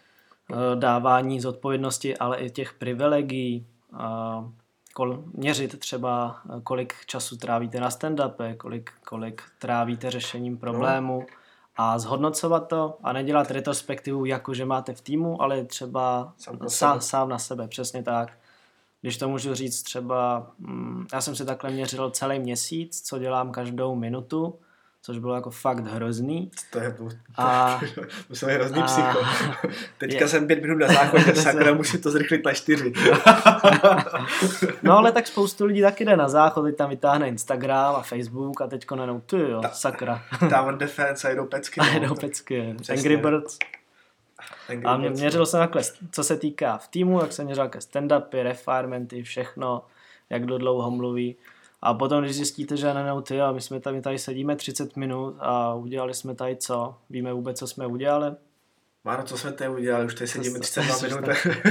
dávání zodpovědnosti, ale i těch privilegií, kol, měřit třeba, kolik času trávíte na stand-upy, kolik, kolik trávíte řešením problému no. a zhodnocovat to a nedělat retrospektivu, jako že máte v týmu, ale třeba sám, sám, sám na sebe, přesně tak. Když to můžu říct třeba, já jsem si takhle měřil celý měsíc, co dělám každou minutu, což bylo jako fakt hrozný. To je, to, a, to jsem hrozný a, psycho. Teďka je, jsem pět minut na záchodě, sakra, musím to zrychlit na čtyři. No ale tak spoustu lidí taky jde na záchod, teď tam vytáhne Instagram a Facebook a teďko najednou, ty jo, Ta, sakra. Tower Defense a jedou pecky. A jedou pecky, Angry Birds. Angry a mě, měřil jsem takhle, co se týká v týmu, jak jsem měřil také stand-upy, refirementy, všechno, jak kdo dlouho mluví. A potom, když zjistíte, že nenou ty a my jsme tady, tady sedíme třicet minut a udělali jsme tady co? Víme vůbec, co jsme udělali? Máno, co jsme tady udělali? Už tady sedíme třicet dva minut.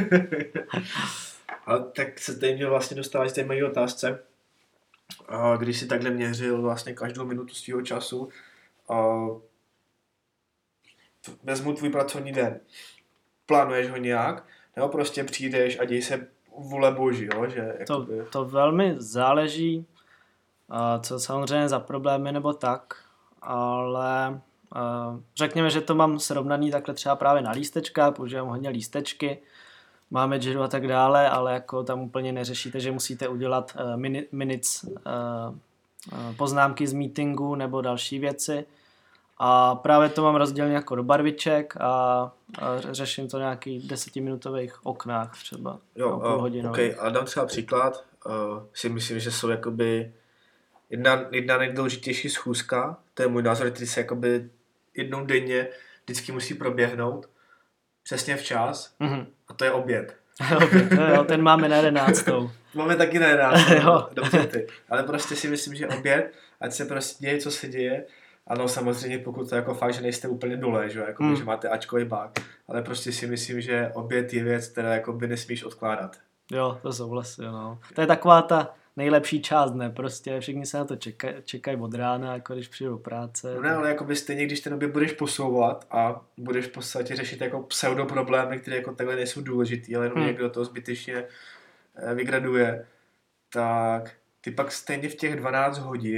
Ale tak se tady měl vlastně dostávat z té mojí otázce. Když si takhle měřil vlastně každou minutu svého času, vezmu tvůj pracovní den. Plánuješ ho nějak? Nebo prostě přijdeš a děj se vůle boží, jo? Že, jakoby... to, to velmi záleží, co samozřejmě za problémy nebo tak, ale řekněme, že to mám srovnaný takhle třeba právě na lístečka, používám hodně lístečky, máme Jiru a tak dále, ale jako tam úplně neřešíte, že musíte udělat mini, minutes poznámky z meetingu nebo další věci. A právě to mám rozdělené jako do barviček a, a řeším to nějaký desetiminutových oknách třeba. Jo, uh, ok, a dám třeba příklad. Uh, si myslím, že jsou jakoby jedna, jedna nejdůležitější schůzka, to je můj názor, který se jakoby jednou denně vždycky musí proběhnout přesně včas mm-hmm. a to je oběd. oběd jo, ten máme na jedenáctou. Máme taky na jedenáctou, dobře ty. Ale prostě si myslím, že oběd, ať se prostě děje, co se děje. Ano, samozřejmě, pokud to jako fakt, že nejste úplně dole, že, jako hmm. že máte ačkový bák, ale prostě si myslím, že oběd je věc, která jako by nesmíš odkládat. Jo, to souhlasím, no. To je taková ta nejlepší část dne, prostě všichni se na to čekají čekaj od rána, jako když přijdu do práce. No ne, ale jako by stejně, když ten oběd budeš posouvat a budeš v podstatě řešit jako pseudoproblémy, které jako takhle nejsou důležitý, ale jenom hmm. někdo to zbytečně vygraduje, tak ty pak stejně v těch dvanáct hodin,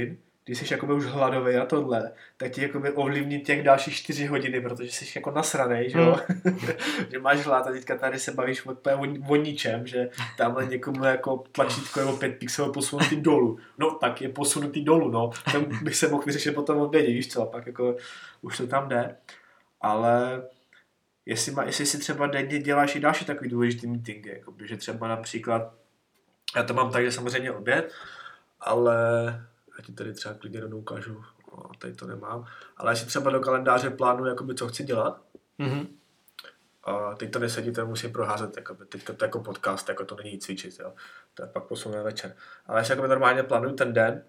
když jsi jakoby už hladový a tohle, tak ti jakoby ovlivní těch dalších čtyři hodiny, protože jsi jako nasranej, že jo? Hmm. Že máš hlad a teďka tady se bavíš o, o, o ničem, že tamhle někomu jako tlačítko nebo pět pixelů posunutý dolů. No tak je posunutý dolů, no. Tam bych se mohl vyřešit potom obědě, víš co, a pak jako už to tam jde. Ale jestli, má, jestli si třeba denně děláš i další takový důležitý meetingy, jakoby, že třeba například, já to mám tak, že samozřejmě oběd, ale já ti tady třeba klidně rovnou ukážu, no, tady to nemám, ale jestli třeba do kalendáře plánuji, jakoby, co chci dělat, mm-hmm. a teď to nesedí, to musím proházet, jakoby, teďka to jako podcast, jako to není cvičit, jo. To je pak posunuté večer. Ale jestli jakoby, normálně plánuju ten den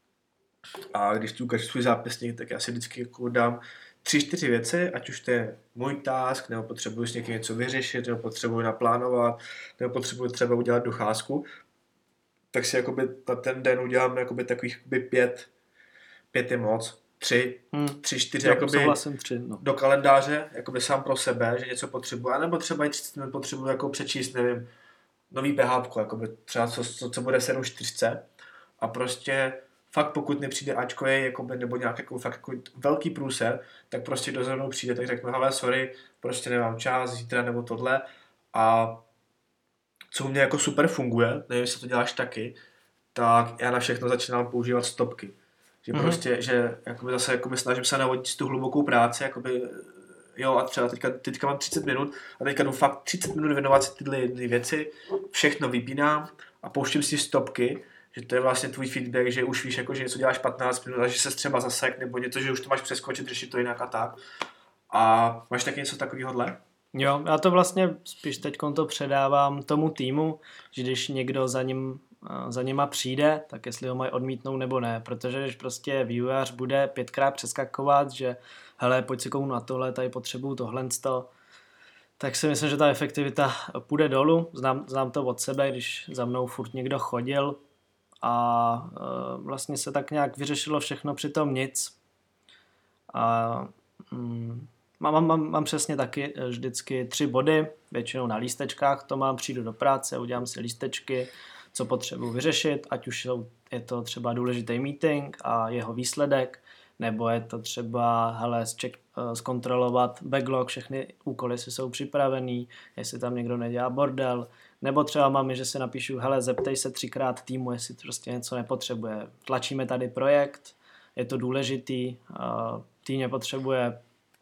a když ti ukážu svůj zápisník, tak já si vždycky jako dám tři, čtyři věci, ať už to je můj task, nebo potřebuji s někým něco vyřešit, nebo potřebuji naplánovat, nebo potřebuji třeba udělat docházku, tak si jakoby na ten den udělám jakoby takových jakoby pět, pět je moc, tři, hmm. tři, čtyři jo, jakoby tři, no. do kalendáře, jakoby sám pro sebe, že něco potřebuji, nebo třeba i třicet minut potřebuji jako přečíst, nevím, nový P H P, jakoby třeba co, co, co bude sedm čtyři a prostě fakt pokud nepřijde Ačko je, jakoby, nebo nějaký jako, fakt jako velký průser, tak prostě do mnou přijde, tak řeknu, hele, sorry, prostě nemám čas, zítra nebo tohle. A co u mě jako super funguje, nevím, jestli to děláš taky, tak já na všechno začínám používat stopky. Že mm-hmm. prostě, že jakoby zase jakoby snažím se navodit tu hlubokou práci, jakoby, jo a třeba teďka, teďka mám třicet minut a teďka jdu fakt třicet minut věnovat si tyhle jedny věci, všechno vypínám a pouštím si stopky, že to je vlastně tvůj feedback, že už víš, jako, že něco děláš patnáct minut a že se třeba zasek, nebo něco, že už to máš přeskočit, řešit to jinak a tak. A máš taky něco takovýhodle? Jo, já to vlastně spíš teď to předávám tomu týmu, že když někdo za ním, za nima přijde, tak jestli ho mají odmítnout nebo ne, protože když prostě vývojář bude pětkrát přeskakovat, že hele, pojď si komu na tohle, tady potřebuju tohle, tak si myslím, že ta efektivita půjde dolů. Znám, znám to od sebe, když za mnou furt někdo chodil, a e, vlastně se tak nějak vyřešilo všechno, přitom nic. A mm, mám, mám, mám přesně taky vždycky tři body, většinou na lístečkách to mám, přijdu do práce, udělám si lístečky, co potřebuji vyřešit, ať už jsou, je to třeba důležitý meeting a jeho výsledek, nebo je to třeba hele, zček, zkontrolovat backlog, všechny úkoly, jestli jsou připravený, jestli tam někdo nedělá bordel, nebo třeba máme, že se napíšu, hele, zeptej se třikrát týmu, jestli prostě něco nepotřebuje. Tlačíme tady projekt, je to důležitý, tým nepotřebuje,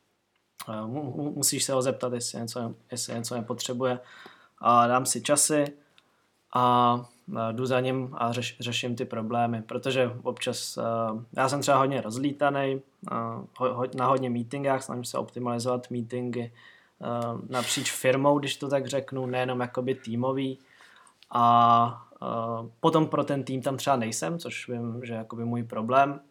musíš se ho zeptat, jestli něco, jestli něco nepotřebuje. A dám si časy a jdu za ním a řeš, řeším ty problémy, protože občas, já jsem třeba hodně rozlítaný, na hodně meetingách, snažím se optimalizovat meetingy napříč firmou, když to tak řeknu, nejenom jakoby týmový. A potom pro ten tým tam třeba nejsem, což vím, že je jakoby můj problém,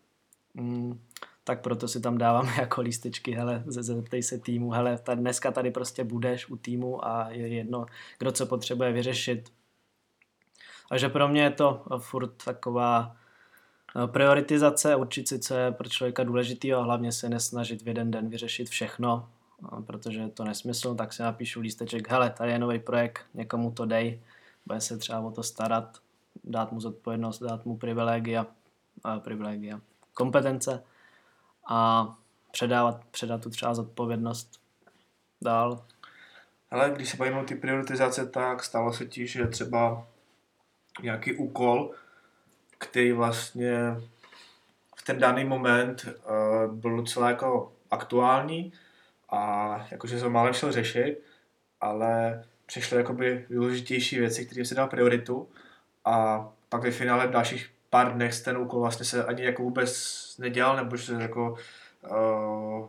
tak proto si tam dávám jako lístečky, hele, zeptej se týmu, hele, tady, dneska tady prostě budeš u týmu a je jedno, kdo co potřebuje vyřešit. Takže pro mě je to furt taková prioritizace, určit si, co je pro člověka důležitý a hlavně se nesnažit v jeden den vyřešit všechno, protože je to nesmysl, tak si napíšu lísteček, hele, tady je nový projekt, někomu to dej, bude se třeba o to starat, dát mu zodpovědnost, dát mu privilegia, a privilegia, kompetence a předávat, předat tu třeba zodpovědnost dál. Ale když se bavíme o ty prioritizace, tak stalo se ti, že třeba nějaký úkol, který vlastně v ten daný moment uh, byl docela jako aktuální a jakože jsem málem šel řešit, ale přišly jakoby důležitější věci, kterým se dal prioritu a pak ve finále v dalších pár dnech ten úkol vlastně se ani jako vůbec nedělal, nebo že se jako uh,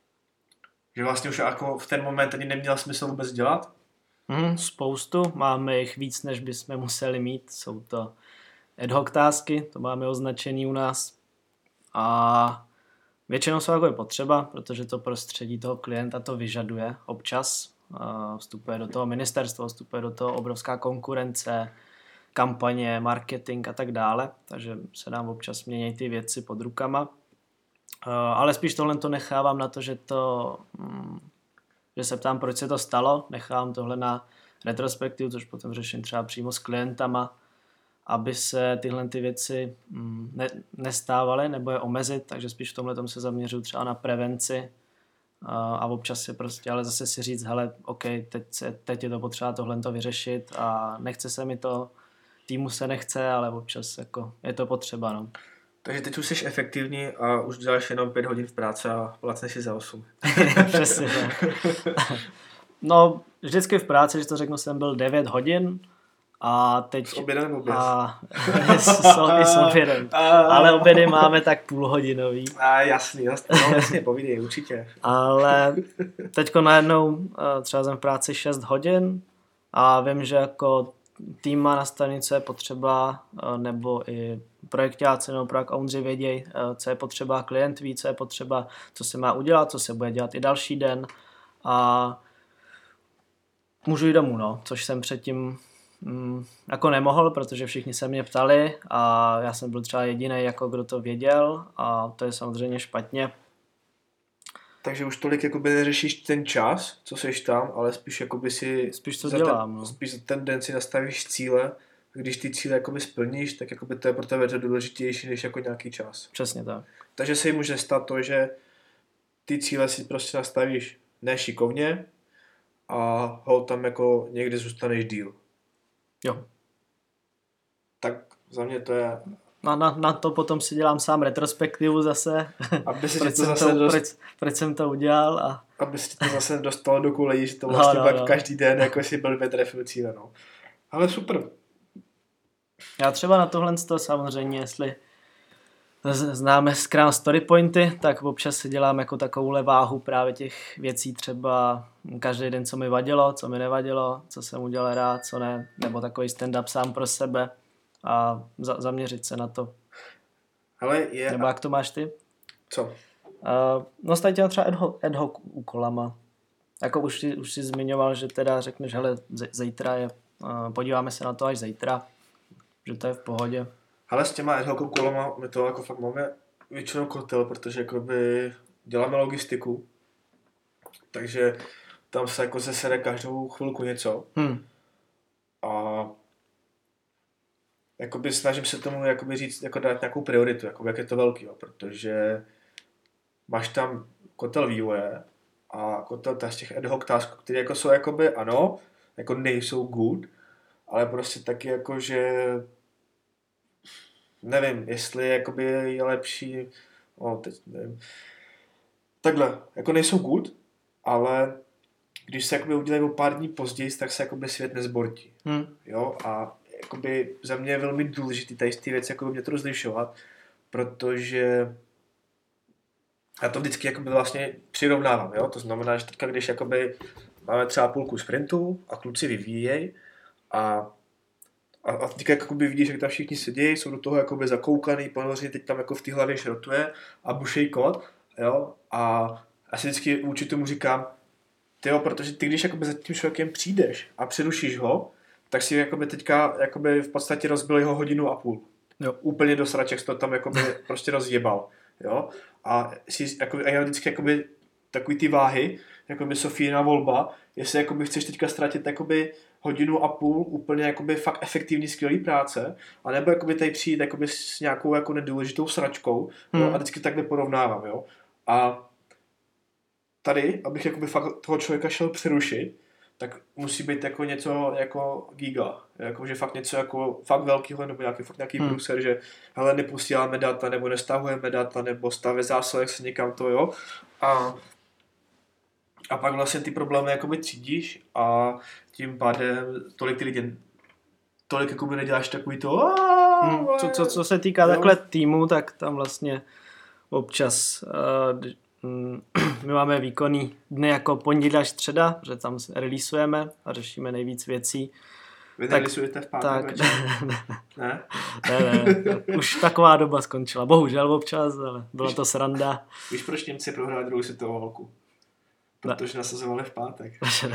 že vlastně už jako v ten moment ani neměl smysl vůbec dělat. Hmm, spoustu, máme jich víc, než bychom museli mít, jsou to ad hoc tasky, to máme označený u nás a většinou jsou jako potřeba, protože to prostředí toho klienta to vyžaduje občas, vstupuje do toho ministerstvo, vstupuje do toho obrovská konkurence, kampaně, marketing a tak dále, takže se nám občas mění ty věci pod rukama, ale spíš tohle to nechávám na to, že to... že se ptám, proč se to stalo, nechám tohle na retrospektivu, což potom řeším třeba přímo s klientama aby se tyhle ty věci ne, nestávaly nebo je omezit, takže spíš v tomhle tom se zaměřuju třeba na prevenci a, a občas si prostě, ale zase si říct, hele, OK, teď, se, teď je to potřeba tohle to vyřešit a nechce se mi to, týmu se nechce, ale občas jako je to potřeba, no. Takže teď už jsi efektivní a už děláš jenom pět hodin v práci a placneš si za osm. Přesně tak. No, vždycky v práci, že to řeknu, jsem byl devět hodin a teď... S obědem nebo bez? A, s, i s obědem. Ale obědy máme tak půlhodinový. A jasný, jasný, no jasně, povídej, určitě. Ale teďko najednou třeba jsem v práci šest hodin a vím, že jako tým má nastavený, co je potřeba, nebo i projektáci nebo projekt ownři vědějí, co je potřeba, klient ví, co je potřeba, co se má udělat, co se bude dělat i další den a můžu jít domů, no, což jsem předtím mm, jako nemohl, protože všichni se mě ptali a já jsem byl třeba jediný, jako kdo to věděl a to je samozřejmě špatně. Takže už tolik jakoby neřešíš ten čas, co seš tam, ale spíš jakoby si... Spíš to dělám, ten, no. Spíš za ten den si nastavíš cíle a když ty cíle jakoby splníš, tak jakoby to je pro tebe to důležitější než jako nějaký čas. Přesně tak. Takže se může stát to, že ty cíle si prostě nastavíš nešikovně a ho tam jako někde zůstaneš díl. Jo. Tak za mě to je... Na, na, na to potom si dělám sám retrospektivu zase. Aby si proč, to jsem zase to, dost... proč, proč jsem to udělal. A... Aby si to zase dostalo do kolejí, že to vlastně no, no, no, no. každý den jako si byl trefil cíle. No. Ale super. Já třeba na tohle to samozřejmě, jestli známe Scrum Story Pointy, tak občas si dělám jako takovou váhu právě těch věcí, třeba každý den, co mi vadilo, co mi nevadilo, co jsem udělal rád, co ne, nebo takový stand-up sám pro sebe a za, zaměřit se na to. Ale je... Nebo jak to máš ty? Co? Uh, no stejně těma třeba ad hoc, ad hoc úkolama. Jako už si, už si zmiňoval, že teda řekneš, hele, zítra je, uh, podíváme se na to až zítra, že to je v pohodě. Ale s těma ad hoc úkolama my to jako fakt máme většinou kotel, protože jakoby děláme logistiku, takže tam se jako zesede každou chvilku něco Hmm. a jakoby snažím se tomu jakoby říct, jako dát nějakou prioritu, jako jak je to velký, jo, protože máš tam kotel vývoje a kotel z těch ad hoc tasků, které jako jsou jakoby ano, jako nejsou good, ale prostě taky jako, že nevím, jestli jakoby je lepší, o, teď nevím, takhle, jako nejsou good, ale když se jakoby udělají o pár dní později, tak se jakoby svět nezbortí, Hmm. jo, a jakoby za mě je velmi důležitý tady ty věci jakoby mě to rozlišovat, protože já to vždycky jakoby vlastně přirovnávám, jo, to znamená, že teďka, když jakoby máme třeba půlku sprintu a kluci vyvíjejí a A, a teďka jakoby vidíš, jak tam všichni sedí, jsou do toho jakoby zakoukaný, ponořený, teď tam jako v té hlavě šrotuje a bušej kód, jo, a já si vždycky vůči tomu říkám, tyjo, protože ty když jakoby za tím člověkem přijdeš a přerušíš ho, tak si jakoby teďka jakoby v podstatě rozbil jeho hodinu a půl. Jo. Úplně do sraček to tam jakoby prostě rozjebal, jo, a, si, jakoby, a já vždycky jakoby takový ty váhy, jakoby Sofína volba, jestli jakoby chceš teďka ztratit jakoby hodinu a půl úplně jakoby fakt efektivní skvělý práce, anebo jakoby tady přijít jakoby s nějakou jako nedůležitou sračkou, hmm. jo, a vždycky takhle porovnávám, jo. A tady, abych jakoby fakt toho člověka šel přerušit, tak musí být jako něco jako giga, jako že fakt něco jako fakt velkýho, nebo nějaký fakt nějaký hmm. průser, že hele, neposíláme data, nebo nestahujeme data, nebo stavě zásilek se někam to, jo. A A pak vlastně ty problémy jakoby třídíš a tím pádem tolik ty lidi, tolik jakoby neděláš takový to hmm. co, co, co se týká no. takhle týmu, tak tam vlastně občas uh, my máme výkonný dny jako pondělí až středa, že tam releaseujeme a řešíme nejvíc věcí. Vy releaseujete v pátek? Ne? Ne, ne, ne. Už taková doba skončila. Bohužel občas, ale byla to sranda. Víš, proč Němci prohráli druhou světovou válku? Protože nasazovali v pátek.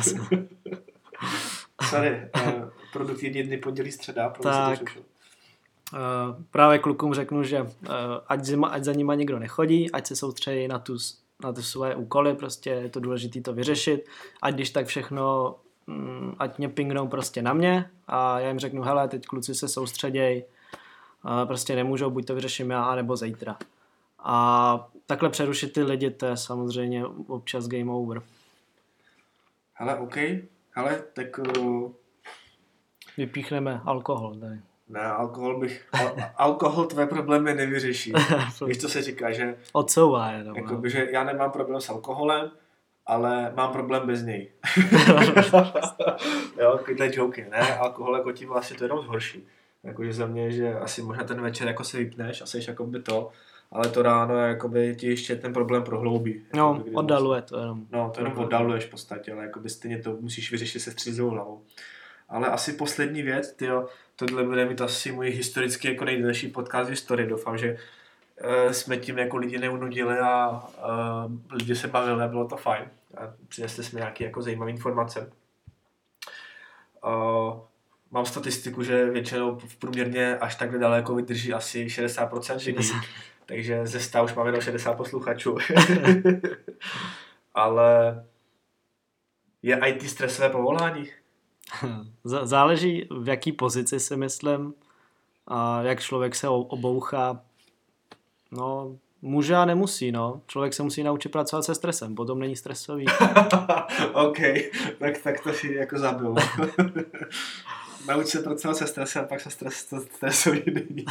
Sorry, uh, produktivní dny pondělí středa. Tak, uh, právě klukům řeknu, že uh, ať, zima, ať za nima nikdo nechodí, ať se soustředí na tu, na tu svoje úkoly, prostě je to důležité to vyřešit, ať když tak všechno mm, ať mě pingnou prostě na mě a já jim řeknu, hele, teď kluci se soustředěj, uh, prostě nemůžou, buď to vyřeším já, anebo zítra. A takhle přerušit ty lidi, to je samozřejmě občas game over. Hele, OK. Hele, tak... Uh... Vypíchneme alkohol tady. Ne, alkohol bych... Al- alkohol tvé problémy nevyřeší. Víš, co se říká, že... Odsouvá jenom. Jakoby, že já nemám problém s alkoholem, ale mám problém bez něj. Jo, takovýhle joky, ne? Alkohol jako tím vlastně to jenom zhorší. Jakože za mě, že asi možná ten večer jako se vypneš a seš jakoby to, ale to ráno jakoby ti ještě ten problém prohloubí. No, jakoby, oddaluje to jenom. No, to jenom oddaluješ v podstatě, ale jakoby stejně to musíš vyřešit se střízlivou hlavou. Ale asi poslední věc, tyjo, tohle bude mít asi můj historicky jako nejdelší podcast v historii. Doufám, že uh, jsme tím jako lidi neunudili a uh, lidi se bavili a bylo to fajn. A přinesli jsme nějaké jako zajímavé informace. Uh, mám statistiku, že většinou v průměrně až takhle daleko vydrží asi šedesát procent lidí. Takže ze sta už máme do šedesát posluchačů. Ale je í té stresové povolání? Záleží, v jaký pozici si myslím a jak člověk se obouchá. No, může a nemusí, no. Člověk se musí naučit pracovat se stresem, potom není stresový. OK, tak, tak to si jako zabil. Nauč se pracovat se stresem, pak se stres, stresový není.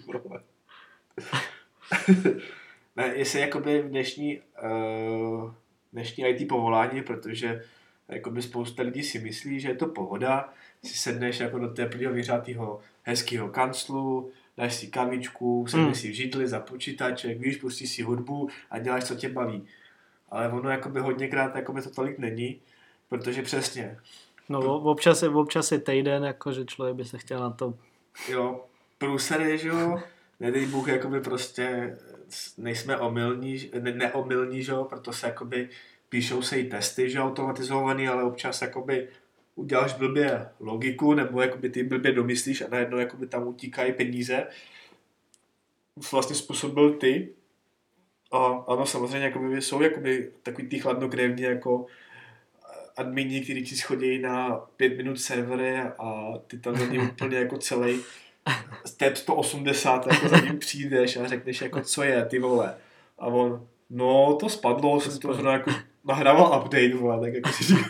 Ne, jestli jakoby v dnešní, uh, dnešní í té povolání, protože jakoby spousta lidí si myslí, že je to pohoda, si sedneš jako do teplého vyhřátého hezkého kanclu, dáš si kavičku, sedneš hmm. si v židli za počítaček, víš, pustíš si hudbu a děláš, co tě baví. Ale ono jakoby hodněkrát jakoby to tolik není, protože přesně. No občas je, občas je týden, jako, že člověk by se chtěl na to. Jo, průsery, že jo, nedej Bůh, jakoby prostě nejsme omylní, ne, neomylní, že jo, proto se jakoby píšou se i testy, že automatizovaný, ale občas jakoby uděláš blbě logiku, nebo jakoby ty blbě domyslíš a najednou jakoby tam utíkají peníze. Vlastně způsobil ty. A ano, samozřejmě jakoby jsou jakoby takový ty chladnokrevní jako admini, kteří ti schodí na pět minut servery a ty tam za ním úplně jako celý step sto osmdesát jako za ním přijdeš a řekneš jako co je, ty vole. A on, no to spadlo, jsem to zrovna jako nahrával update, vole, tak jako si říká.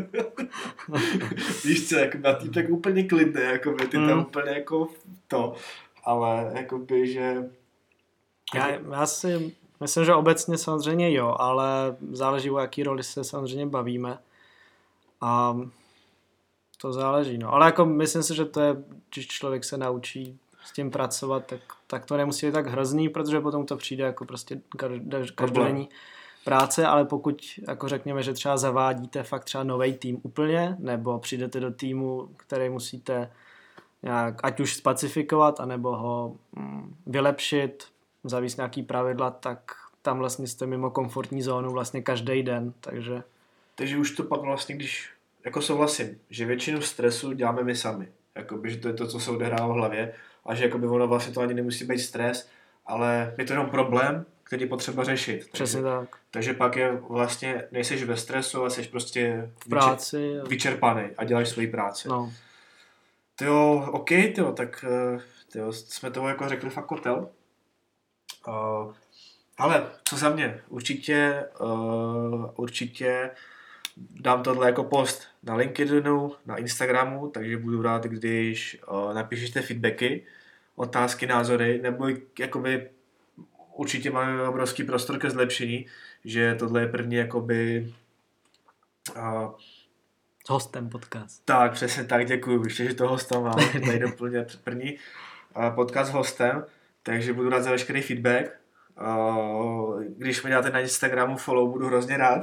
Víš co, jako na tým tak úplně klidné, jako by ty mm. tam úplně jako to, ale jako by, že... Já, já si myslím, že obecně samozřejmě jo, ale záleží, o jaký roli se samozřejmě bavíme a to záleží, no, ale jako myslím si, že to je, když člověk se naučí s tím pracovat, tak, tak to nemusí být tak hrozný, protože potom to přijde jako prostě každodenní práce, ale pokud jako řekněme, že třeba zavádíte fakt třeba nový tým úplně, nebo přijdete do týmu, který musíte nějak ať už specifikovat, anebo ho mm, vylepšit, zavést nějaký pravidla, tak tam vlastně jste mimo komfortní zónu vlastně každý den, takže... Takže už to pak vlastně, když jako souhlasím, že většinu stresu děláme my sami, jakoby, že to je to, co se odehrává v hlavě a že jakoby ono vlastně to ani nemusí být stres, ale je to jenom problém, který je potřeba řešit. Přesně takže, tak. Takže pak je vlastně, nejseš ve stresu, ale jsi prostě v práci, vyčer, vyčerpaný a děláš svoji práci. No. Tyjo, OK, tyjo, tak tyjo, jsme toho jako řekli fakt kotel. Uh, ale co za mě, určitě, uh, určitě dám tohle jako post na LinkedInu, na Instagramu, takže budu rád, když uh, napíšete feedbacky, otázky, názory, nebo jakoby určitě máme obrovský prostor ke zlepšení, že tohle je první jakoby... Uh, s hostem podcast. Tak, přesně tak, děkuju. Ještě, že to hosta mám, tady doplně první uh, podcast s hostem, takže budu rád za veškerý feedback. Uh, když mi dáte na Instagramu follow, budu hrozně rád.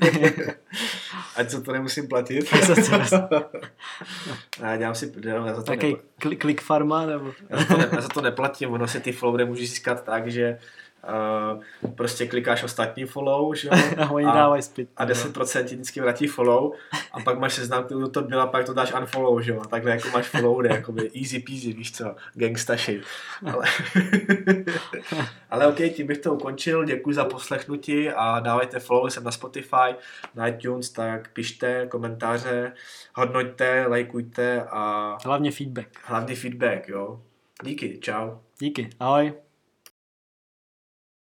Ať se to nemusím platit. Ne, dělám si... Já za to Taký nepl- klik farma, nebo... já, za to ne, já za to neplatím, ono se ty followery můžu získat tak, že Uh, prostě klikáš ostatní follow, že jo? a, a deset procent ti vždycky vrátí follow a pak máš seznam, kdo to byl a pak to dáš unfollow, že jo? A takhle jako máš followery, jakoby easy peasy, víš co? Gangsta shit. Ale, ale ok, tím bych to ukončil, děkuji za poslechnutí a dávajte follow, jsem na Spotify, na iTunes, tak pište komentáře, hodnoťte, lajkujte a... Hlavně feedback. Hlavně feedback, jo. Díky, čau. Díky, ahoj.